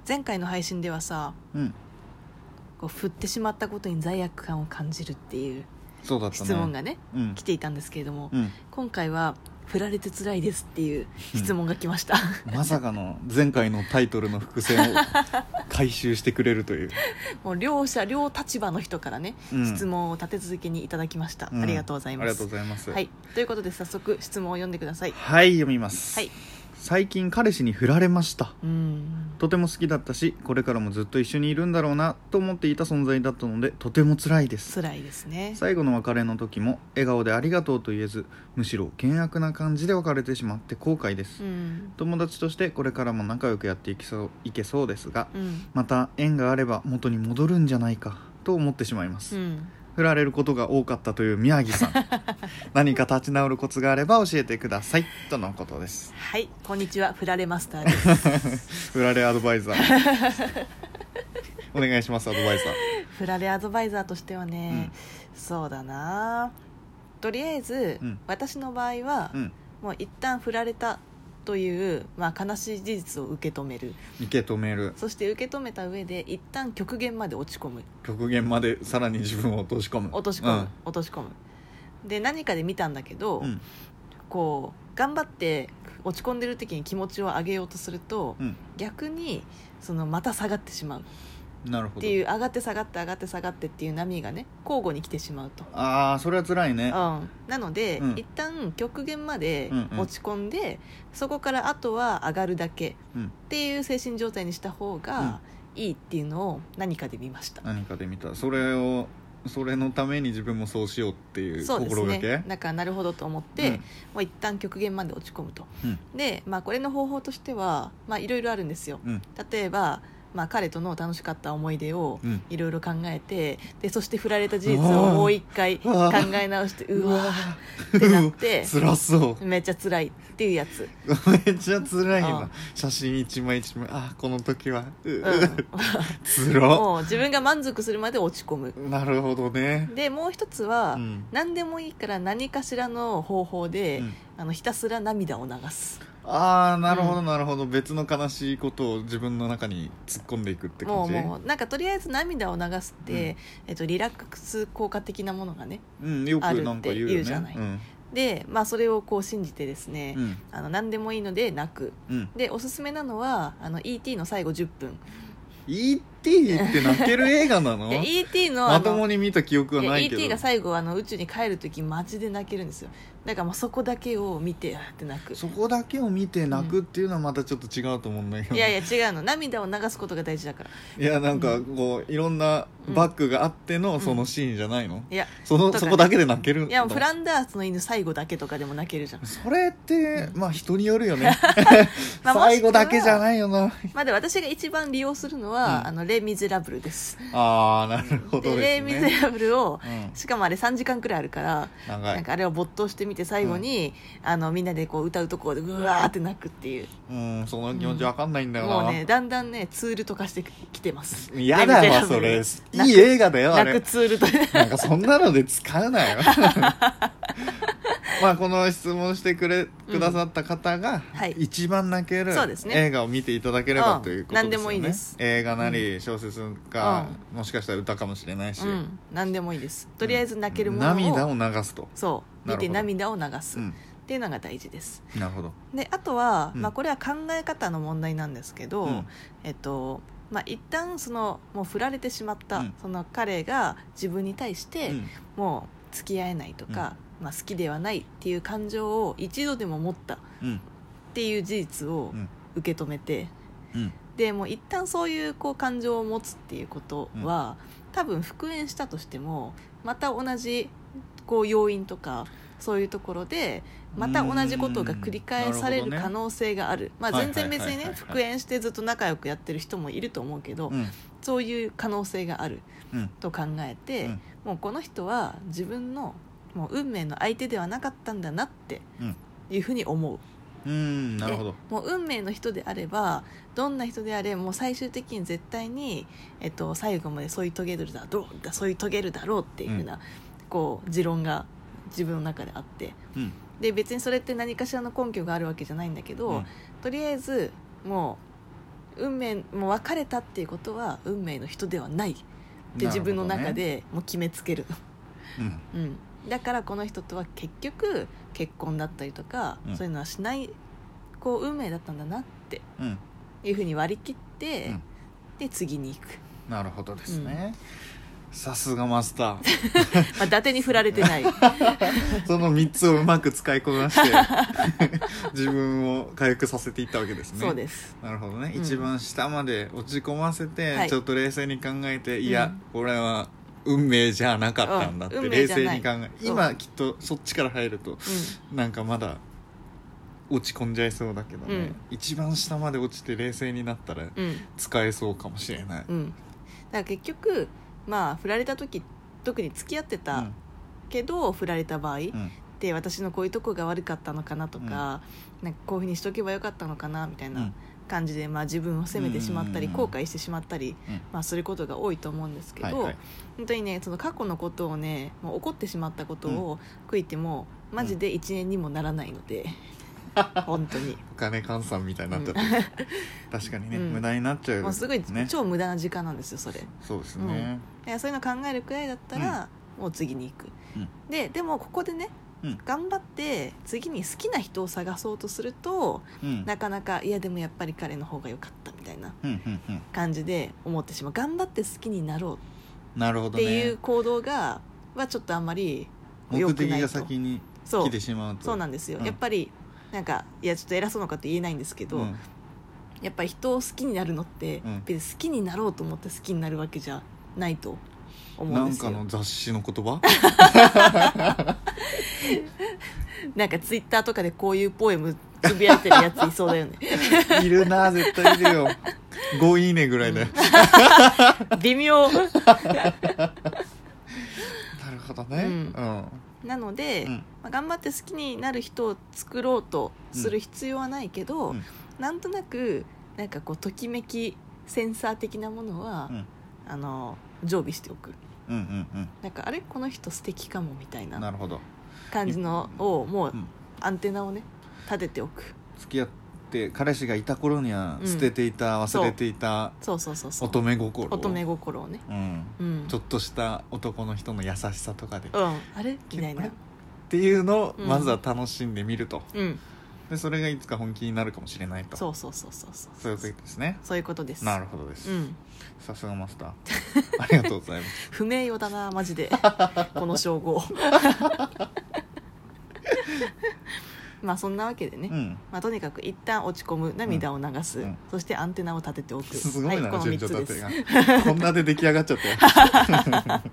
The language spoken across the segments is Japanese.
前回の配信ではさ、こう振ってしまったことに罪悪感を感じるっていうそうだったね、 質問がね、来ていたんですけれども、今回は振られて辛いですっていう質問が来ました、 まさかの前回のタイトルの伏線を回収してくれるというもう両立場の人からね、質問を立て続けにいただきました、ありがとうございます。 ありがとうございます。 はい、ということで早速質問を読んでください。 はい、読みます。 はい。 最近彼氏に振られました。とても好きだったし、これからもずっと一緒にいるんだろうなと思っていた存在だったので、とても辛いです。 辛いですね。 最後の別れの時も笑顔でありがとうと言えず、むしろ険悪な感じで別れてしまって後悔です。友達としてこれからも仲良くやっていけそうですが、また縁があれば元に戻るんじゃないかと思ってしまいます。振られることが多かったという宮城さん何か立ち直るコツがあれば教えてくださいとのことです。 はい、こんにちは、振られマスターです振られアドバイザーお願いします。アドバイザー。 振られアドバイザーとしてはね、そうだな、とりあえず、私の場合は、もう一旦振られたという、悲しい事実を受け止める。そして受け止めた上で一旦極限まで落ち込む。 極限までさらに自分を落とし込む。 で、何かで見たんだけど、こう頑張って落ち込んでる時に気持ちを上げようとすると、逆にまた下がってしまう。 なるほど。 っていう上がって下がってっていう波がね、交互に来てしまうと。 それは辛いね。 なので、一旦極限まで落ち込んで、そこからあとは上がるだけっていう精神状態にした方がいいっていうのを何かで見ました。 何かで見た。それのために自分もそうしようっていう心がけ。 ね、だからなるほどと思って、もう一旦極限まで落ち込むと。で、これの方法としてはいろいろあるんですよ。例えば彼との楽しかった思い出をいろいろ考えて、でそして振られた事実をもう一回考え直して、うわーってなって辛そう、 めっちゃ辛いっていうやつ。 めっちゃ辛いな。写真一枚一枚、この時は辛もう自分が満足するまで落ち込む。 なるほどね。 でもう一つは、何でもいいから何かしらの方法で、ひたすら涙を流す。 なるほどなるほど、別の悲しいことを自分の中に突っ込んでいくって感じ。 もうなんかとりあえず涙を流すって、リラックス効果的なものがね、 よくなんか言うよね。 あるって言うじゃない。で、それをこう信じてですね、何でもいいので泣く。でおすすめなのはE.T. の最後10分。 E.T. って泣ける映画なの？ E.T. のまともに見た記憶はないけど、 E.T. が最後宇宙に帰るときマジで泣けるんですよ。だからそこだけを見てって泣く。 そこだけを見て泣くっていうのはまたちょっと違うと思うんだけど、 いや違うの、涙を流すことが大事だから。 いやなんかこういろんなバックがあってのそのシーンじゃないの？ いやそこだけで泣けるんだ。 いやフランダースの犬最後だけとかでも泣けるじゃん。 それって人によるよね最後だけじゃないよな。 で私が一番利用するのは、レ・ミゼラブルです。 なるほどですね。 レ・ミゼラブルを、しかもあれ3時間くらいあるから、なんかあれを没頭してみて最後に、みんなでこう歌うところでうわーって泣くっていう。 その気持ちわかんないんだよな。 もうねだんだんねツールとかしてきてます。 やだわそれ。いい映画だよあれ。 泣くツールとなんかそんなので使うなよこの質問してくださった方が一番泣ける映画を見ていただければということですよね。 何でもいいです。 映画なり小説か、もしかしたら歌かもしれないし、 何でもいいです。とりあえず泣けるものを、 涙を流すと。 そう見て涙を流す、っていうのが大事です。 なるほど。 であとは、これは考え方の問題なんですけど、一旦もう振られてしまった、その彼が自分に対して、もう付き合えないとか、好きではないっていう感情を一度でも持ったっていう事実を受け止めて、でもう一旦そういう感情を持つっていうことは、多分復縁したとしてもまた同じ要因とかそういうところでまた同じことが繰り返される可能性がある。全然別にね復縁してずっと仲良くやってる人もいると思うけど、そういう可能性があると考えて、もうこの人は自分のもう運命の相手ではなかったんだなっていうふうに思う。 なるほど。 もう運命の人であればどんな人であれもう最終的に絶対に、最後まで添い遂げるだろうっていうふうな、持論が自分の中であって、で別にそれって何かしらの根拠があるわけじゃないんだけど、とりあえずも運命もう別れたっていうことは運命の人ではないって自分の中でもう決めつけるの、だからこの人とは結局結婚だったりとか、そういうのはしないこう運命だったんだなっていうふうに割り切って、で次に行く。 なるほどですね、さすがマスター伊達に振られてないその3つをうまく使いこなして自分を回復させていったわけですね。 そうです。 なるほどね、一番下まで落ち込ませて、ちょっと冷静に考えて、いやこれは運命じゃなかったんだって冷静に考え、今きっとそっちから入ると、なんかまだ落ち込んじゃいそうだけどね、一番下まで落ちて冷静になったら使えそうかもしれない、だから結局まあ振られた時特に付き合ってたけど、振られた場合、で私のこういうとこが悪かったのかなとか、なんかこういうふうにしとけばよかったのかなみたいな感じで、まあ、自分を責めてしまったり、後悔してしまったり、まあ、することが多いと思うんですけど、本当にねその過去のことをねもう起こってしまったことを悔いても、マジで1年にもならないので、本当にお金換算みたいになっちゃって、確かにね、無駄になっちゃう、 もうすごい超無駄な時間なんですよそれ。 そうですね、 そういうの考えるくらいだったら、もう次に行く、でもここでね、頑張って次に好きな人を探そうとすると、なかなかいやでもやっぱり彼の方が良かったみたいな感じで思ってしまう。頑張って好きになろうっていう行動はちょっとあんまり良くないと。 目的が先に来てしまうと。 そうなんですよ、やっぱりなんかいやちょっと偉そうなこと言えないんですけど、やっぱり人を好きになるのって、別に好きになろうと思って好きになるわけじゃないと思うんですよ。 なんかの雑誌の言葉なんかツイッターとかでこういうポエムつぶやいてるやついそうだよねいるな、絶対いるよ5いいねぐらいで、 微妙なるほどね、 なので、頑張って好きになる人を作ろうとする必要はないけど、なんとなくなんかこうときめきセンサー的なものは、常備しておく、なんかあれこの人素敵かもみたいな感じのをもうアンテナをね立てておく。 付き合って彼氏がいた頃には捨てていた、忘れていた乙女心をね、 ちょっとした男の人の優しさとかで、 あれみたいなっていうのをまずは楽しんでみると、でそれがいつか本気になるかもしれないと。そういうことですね。 そういうことです。 なるほどです、さすがマスターありがとうございます不名誉だなマジでこの称号まあそんなわけでね、とにかく一旦落ち込む、涙を流す、そしてアンテナを立てておく。 すごいな、 この3つですがこんなで出来上がっちゃった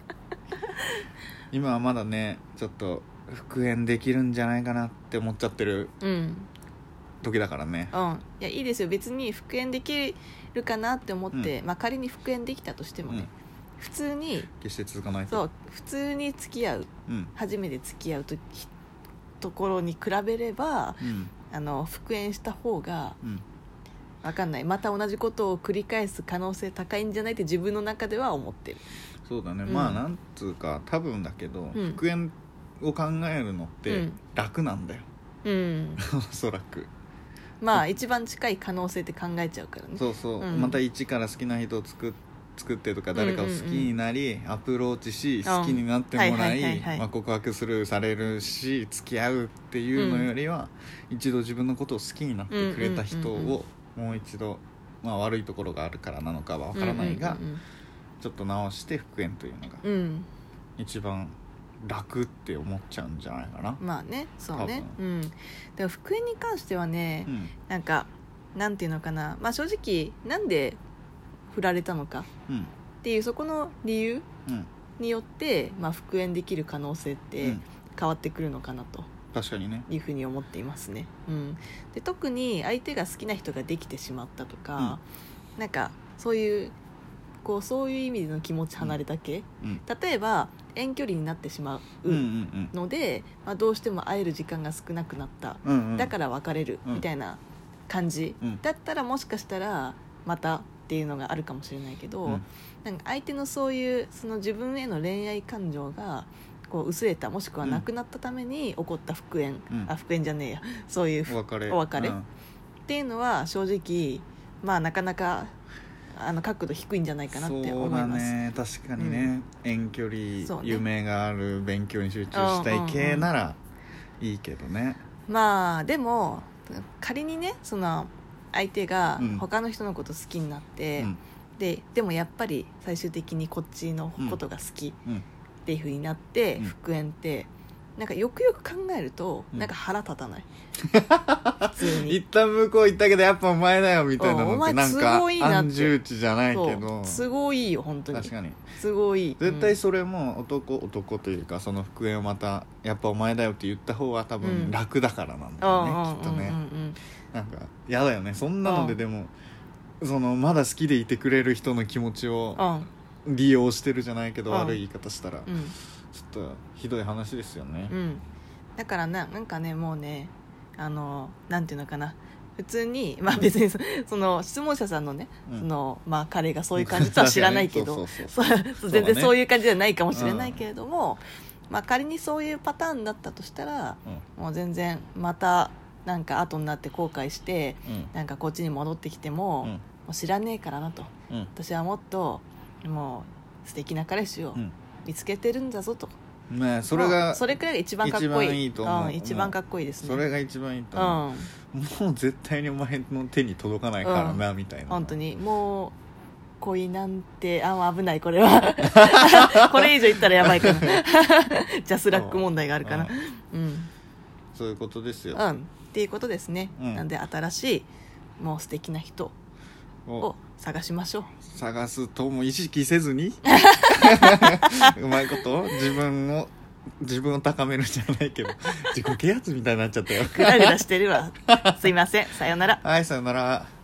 今はまだねちょっと復縁できるんじゃないかなって思っちゃってる時だからね、 いやいいですよ、別に復縁できるかなって思って、仮に復縁できたとしてもね、普通に決して続かないと。 普通に付き合う、初めて付き合うところに比べれば、復縁した方が、分かんない、また同じことを繰り返す可能性高いんじゃないって自分の中では思ってる。 そうだね、まあなんつうか多分だけど、復縁を考えるのって楽なんだよ、おそらく。 まあ一番近い可能性って考えちゃうからね。 そう、また一から好きな人を作ってとか、誰かを好きになり、アプローチし、好きになってもらい、告白するされるし付き合うっていうのよりは、一度自分のことを好きになってくれた人をもう一度、悪いところがあるからなのかは分からないが、ちょっと直して復縁というのが一番楽って思っちゃうんじゃないかな。 まあね、そうね、でも復縁に関してはね、なんかなんていうのかな、正直なんで振られたのかっていう、そこの理由によって、復縁できる可能性って変わってくるのかなと、 確かにね、 いうふうに思っていますね、で特に相手が好きな人ができてしまったとか、なんかそういう意味での気持ち離れた系、例えば遠距離になってしまうので、どうしても会える時間が少なくなった、だから別れるみたいな感じ、だったらもしかしたらまたっていうのがあるかもしれないけど、なんか相手のそういうその自分への恋愛感情が薄れた、もしくはなくなったために起こった復縁、復縁じゃねえや、そういうお別れ、っていうのは正直まあなかなか角度低いんじゃないかなって思います。 そうだね、確かにね、遠距離、夢がある勉強に集中したい系ならいいけどね、 まあでも仮にねその相手が他の人のこと好きになって、でもやっぱり最終的にこっちのことが好きっていう風になって復縁って、なんかよくよく考えるとなんか腹立たない、普通に一旦向こう行ったけどやっぱお前だよみたいなのってなんか安住地じゃないけど、 都合いいよ本当に。 確かに都合いい。 絶対それも男というかその復縁をまたやっぱお前だよって言った方は多分楽だからなんだよね、きっとね。なんか嫌だよねそんなので。でもそのまだ好きでいてくれる人の気持ちを利用してるじゃないけど、悪い言い方したら、ちょっとひどい話ですよね、 だからなんかねもうねなんていうのかな、普通にまあ別にその質問者さんのね、そのまあ彼がそういう感じとは知らないけど全然そういう感じじゃないかもしれないけれども、まあ仮にそういうパターンだったとしたら、もう全然またなんか後になって後悔して、なんかこっちに戻ってきても、もう知らねえからなと、私はもっともう素敵な彼氏を見つけてるんだぞと、 ね、それくらいが一番かっこいい。 一番いいと思う、 一番かっこいいですね。 それが一番いいと思う、もう絶対にお前の手に届かないからな、みたいな。 本当にもう恋なんて危ないこれはこれ以上言ったらやばいかなジャスラック問題があるかな、 そういうことですよ、 っていうことですね、なんで新しいもう素敵な人を探しましょう。 探すとも意識せずにうまいこと自分を高めるじゃないけど自己啓発みたいになっちゃったよグラグラしてるわすいません、さよなら。 はい、さよなら。